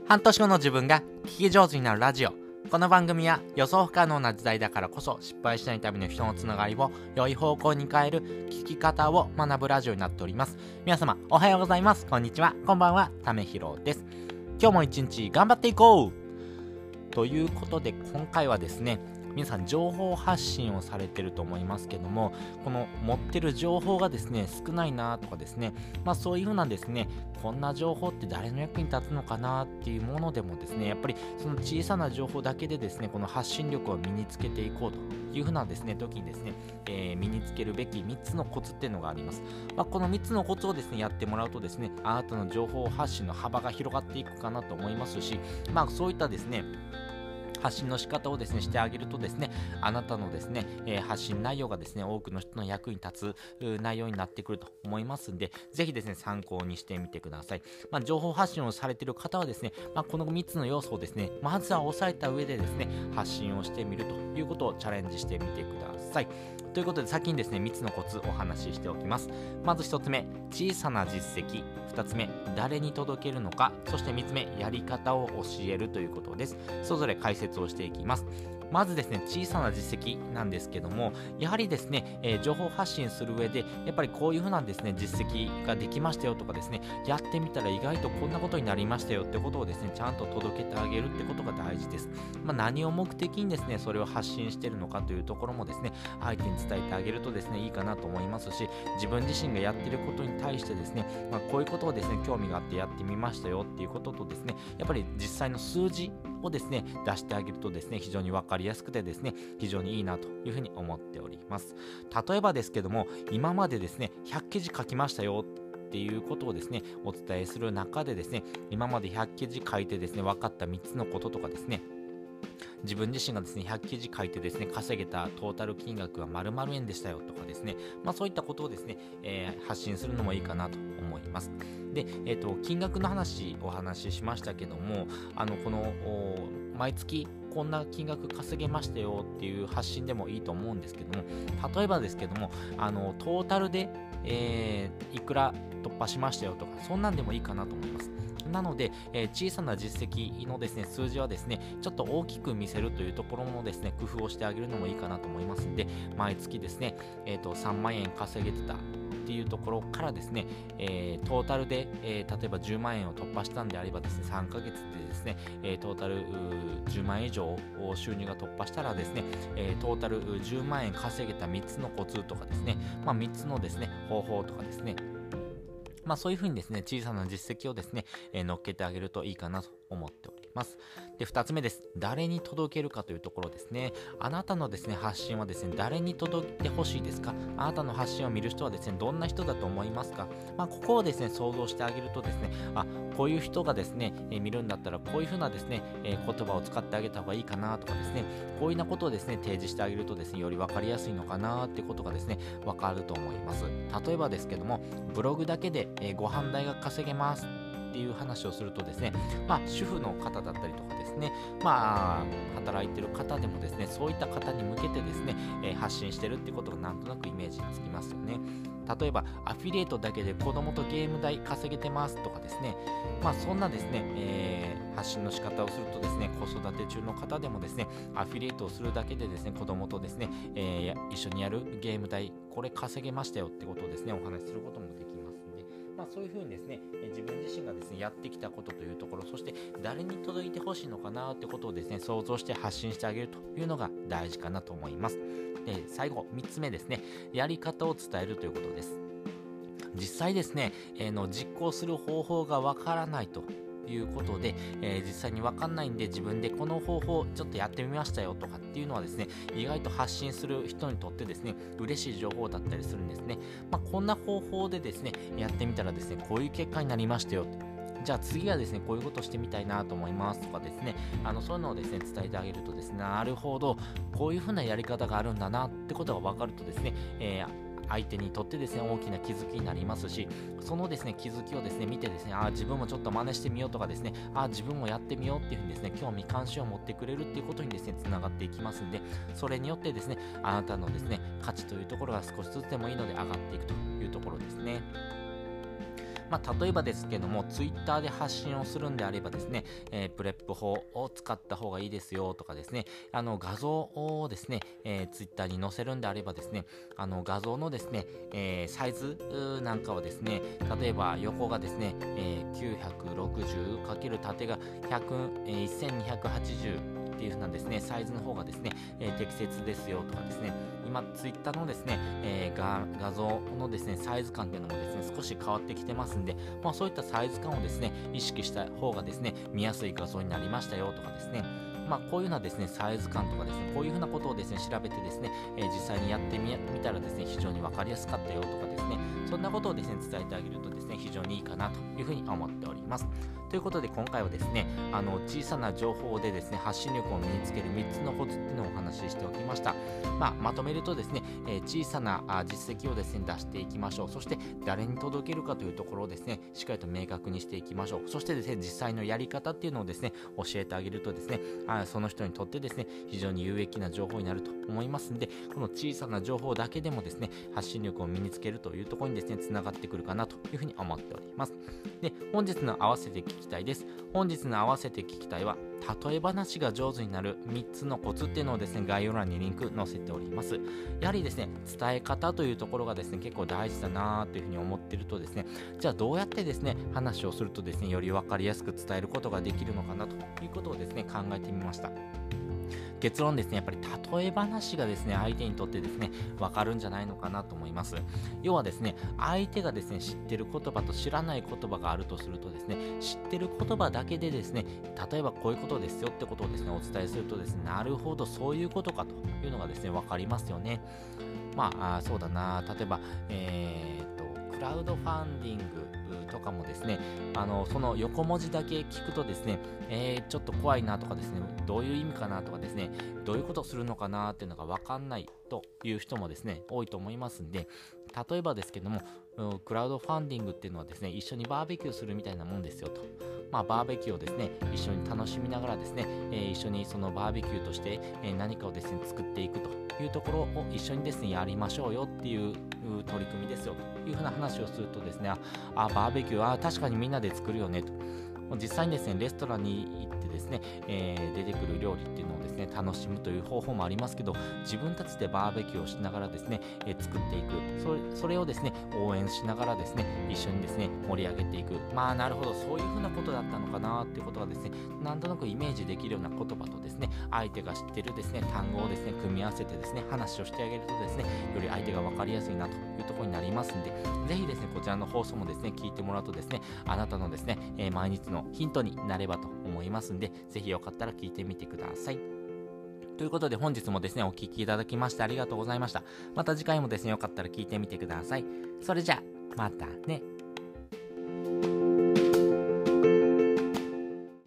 半年後の自分が聞き上手になるラジオ。この番組は予想不可能な時代だからこそ失敗しないための人のつながりを良い方向に変える聞き方を学ぶラジオになっております。皆様おはようございます。こんにちは、こんばんは。ためひろです。今日も一日頑張っていこうということで、今回はですね、皆さん情報発信をされてると思いますけども、この持ってる情報がですね少ないなとかですね、そういう風なんですね、こんな情報って誰の役に立つのかなっていうものでもですね、やっぱりその小さな情報だけでですね、この発信力を身につけていこうという風なですね時にですね、身につけるべき3つのコツっていうのがあります。この3つのコツをですねやってもらうとですね、あなたの情報発信の幅が広がっていくかなと思いますし、そういったですね発信の仕方をですねしてあげるとですね、あなたのですね、発信内容がですね多くの人の役に立つ内容になってくると思いますんで、ぜひですね参考にしてみてください。情報発信をされている方はですね、この3つの要素をですねまずは押さえた上でですね発信をしてみるということをチャレンジしてみてください。ということで、先にですね3つのコツお話ししておきます。まず1つ目、小さな実績。2つ目、誰に届けるのか。そして3つ目、やり方を教えるということです。それぞれ解説をしていきます。まずですね、小さな実績なんですけども、やはりですね、情報発信する上でやっぱりこういう風なんですね、実績ができましたよとかですね、やってみたら意外とこんなことになりましたよってことをですねちゃんと届けてあげるってことが大事です。何を目的にですねそれを発信しているのかというところもですね相手に伝えてあげるとですねいいかなと思いますし、自分自身がやっていることに対してですね、こういうことをですね興味があってやってみましたよっていうこととですね、やっぱり実際の数字をですね出してあげるとですね非常に分かりやすくてですね非常にいいなというふうに思っております。例えばですけども、今までですね100記事書きましたよっていうことをですねお伝えする中でですね、今まで100記事書いてですね分かった3つのこととかですね、自分自身がですね100記事書いてですね稼げたトータル金額は〇〇円でしたよとかですね、そういったことをですね、発信するのもいいかなと思います。で、金額の話お話ししましたけども、この毎月こんな金額稼げましたよっていう発信でもいいと思うんですけども、例えばですけどもトータルで、いくら突破しましたよとか、そんなんでもいいかなと思います。なので、小さな実績のですね数字はですねちょっと大きく見せるというところもですね工夫をしてあげるのもいいかなと思いますので、毎月ですね、3万円稼げてたっていうところからですね、トータルで、例えば10万円を突破したんであればですね、3ヶ月でですね、トータル10万円以上収入が突破したらですね、トータル10万円稼げた3つのコツとかですね、3つのですね方法とかですね、そういうふうにですね小さな実績をですね、乗っけてあげるといいかなと思っております。で、2つ目です。誰に届けるかというところですね。あなたのですね発信はですね誰に届いてほしいですか。あなたの発信を見る人はですねどんな人だと思いますか。ここをですね想像してあげるとですね、こういう人がですね、見るんだったらこういうふうなですね、言葉を使ってあげた方がいいかなとかですね、こういうなことをですね提示してあげるとですねより分かりやすいのかなっていうことがですね分かると思います。例えばですけども、ブログだけで、ご飯代が稼げますっていう話をするとですね、主婦の方だったりとかですね、働いてる方でもですねそういった方に向けてですね、発信してるっていうことがなんとなくイメージつきますよね。例えばアフィリエイトだけで子供とゲーム代稼げてますとかですね、そんなですね、発信の仕方をするとですね、子育て中の方でもですねアフィリエイトをするだけでですね子供とですね、一緒にやるゲーム代これ稼げましたよってことをですねお話しすることもできますので、そういうふうにですね自分自身がですねやってきたことというところ、そして誰に届いてほしいのかなってことをですね想像して発信してあげるというのが大事かなと思います。で、最後3つ目ですね、やり方を伝えるということです。実際ですね、実行する方法がわからないということで、実際にわかんないんで自分でこの方法ちょっとやってみましたよとかっていうのはですね意外と発信する人にとってですね嬉しい情報だったりするんですね。こんな方法でですねやってみたらですねこういう結果になりましたよ、じゃあ次はですねこういうことしてみたいなと思いますとかですね、そういうのをですね伝えてあげるとですね、なるほどこういう風なやり方があるんだなってことが分かるとですね、相手にとってですね大きな気づきになりますし、そのですね気づきをですね見てですね、自分もちょっと真似してみようとかですね、自分もやってみようっていうふうにですね興味関心を持ってくれるっていうことにですねつながっていきますんで、それによってですねあなたのですね価値というところが少しずつでもいいので上がっていくというところですね。 例えばですけども、ツイッターで発信をするんであればですね、プレップ法を使った方がいいですよとかですね、画像をですね、ツイッターに載せるんであればですね、画像のですね、サイズなんかはですね、例えば横がですね、960× 縦が1280っていう風なですね、サイズの方がですね、適切ですよとかですね、今ツイッターのですね、画像のですね、サイズ感っていうのもですね、少し変わってきてますんで、そういったサイズ感をですね、意識した方がですね、見やすい画像になりましたよとかですね、こういうようなですね、サイズ感とかですね、こういうふうなことをですね、調べてですね、実際にやってみたらですね、非常に分かりやすかったよとかですね、そんなことをですね、伝えてあげるとですね、非常にいいかなというふうに思っております。ということで今回はですね、小さな情報でですね、発信力を身につける3つのコツっていうのをお話ししておきました。まとめるとですね、小さな実績をですね、出していきましょう。そして誰に届けるかというところをですね、しっかりと明確にしていきましょう。そしてですね、実際のやり方っていうのをですね、教えてあげるとですね、その人にとってですね、非常に有益な情報になると思いますので、この小さな情報だけでもですね、発信力を身につけるというところにですね、つながってくるかなというふうに思っております。で、本日の合わせて聞きたいです。本日の合わせて聞きたいは、例え話が上手になる3つのコツっていうのをですね、概要欄にリンク載せております。やはりですね、伝え方というところがですね、結構大事だなというふうに思っているとですね、じゃあどうやってですね、話をするとですね、より分かりやすく伝えることができるのかなということをですね、考えてみました。結論ですね、やっぱり例え話がですね、相手にとってですね、わかるんじゃないのかなと思います。要はですね、相手がですね、知ってる言葉と知らない言葉があるとするとですね、知ってる言葉だけでですね、例えばこういうことですよってことをですね、お伝えするとですね、なるほど、そういうことかというのがですね、わかりますよね。そうだな、例えば、クラウドファンディングとかもですね、その横文字だけ聞くとですね、ちょっと怖いなとかですね、どういう意味かなとかですね、どういうことをするのかなっていうのが分かんないという人もですね、多いと思いますんで、例えばですけども、クラウドファンディングっていうのはですね、一緒にバーベキューするみたいなもんですよと。バーベキューをですね、一緒に楽しみながらですね、一緒にそのバーベキューとして、何かをですね、作っていくというところを一緒にですね、やりましょうよっていう取り組みですよというふうな話をするとですね、バーベキュー、確かにみんなで作るよねと。実際にですね、レストランに行ってですね、出てくる料理っていうのをですね、楽しむという方法もありますけど、自分たちでバーベキューをしながらですね、作っていく。それをですね、応援しながらですね、一緒にですね、盛り上げていく。なるほど、そういうふうなことだったのかなっていうことがですね、なんとなくイメージできるような言葉とですね、相手が知ってるですね、単語をですね、組み合わせてですね、話をしてあげるとですね、より相手が分かりやすいなというところになりますんで、ぜひですね、こちらの放送もですね、聞いてもらうとですね、あなたのですね、毎日のヒントになればと思いますんで、ぜひよかったら聞いてみてください。ということで本日もですね、お聞きいただきましてありがとうございました。また次回もですね、よかったら聞いてみてください。それじゃあ、またね。